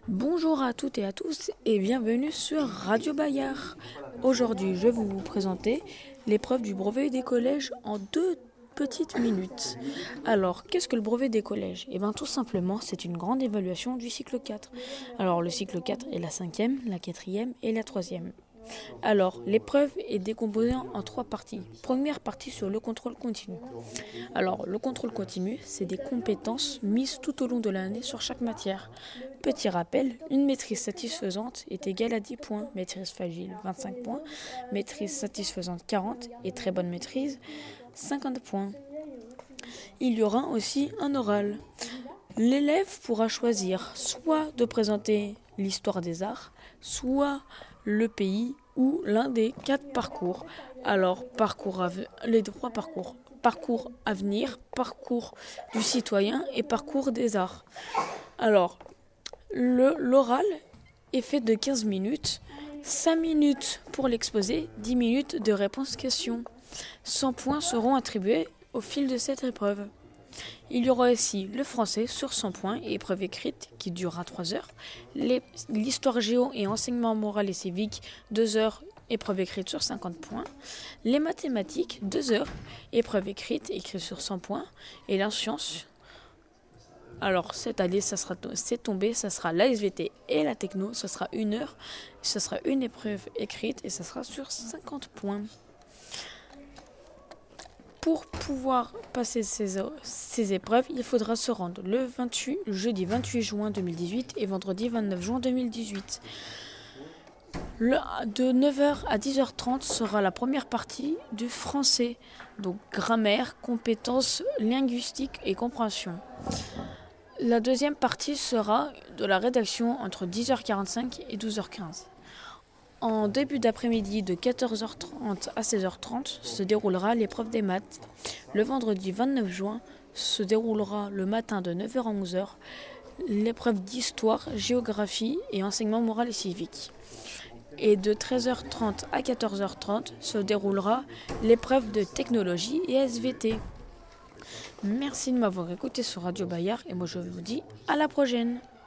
Bonjour à toutes et à tous et bienvenue sur Radio Bayard. Aujourd'hui, je vais vous présenter l'épreuve du brevet des collèges en 2 petites minutes. Alors, qu'est-ce que le brevet des collèges? Tout simplement, c'est une grande évaluation du cycle 4. Alors, le cycle 4 est la 5e, la 4e et la 3e. Alors, l'épreuve est décomposée en 3 parties. Première partie sur le contrôle continu. Alors, le contrôle continu, c'est des compétences mises tout au long de l'année sur chaque matière. Petit rappel, une maîtrise satisfaisante est égale à 10 points, maîtrise fragile 25 points, maîtrise satisfaisante 40 et très bonne maîtrise 50 points. Il y aura aussi un oral. L'élève pourra choisir soit de présenter l'histoire des arts, soit le pays ou l'un des 4 parcours. Alors, les 3 parcours. Parcours avenir, parcours du citoyen et parcours des arts. Alors, l'oral est fait de 15 minutes, 5 minutes pour l'exposé, 10 minutes de réponse-question. 100 points seront attribués au fil de cette épreuve. Il y aura aussi le français sur 100 points et épreuve écrite qui durera 3 heures, l'histoire géo et enseignement moral et civique 2 heures, épreuve écrite sur 50 points, les mathématiques 2 heures, épreuve écrite sur 100 points et la science. Alors cette année, ça sera la SVT et la techno, ça sera 1 heure, ça sera une épreuve écrite et ça sera sur 50 points. Pour pouvoir passer ces épreuves, il faudra se rendre jeudi 28 juin 2018 et vendredi 29 juin 2018. De 9h à 10h30 sera la première partie du français, donc grammaire, compétences linguistiques et compréhension. La deuxième partie sera de la rédaction entre 10h45 et 12h15. En début d'après-midi de 14h30 à 16h30 se déroulera l'épreuve des maths. Le vendredi 29 juin se déroulera le matin de 9h à 11h l'épreuve d'histoire, géographie et enseignement moral et civique. Et de 13h30 à 14h30 se déroulera l'épreuve de technologie et SVT. Merci de m'avoir écouté sur Radio Bayard et moi je vous dis à la prochaine.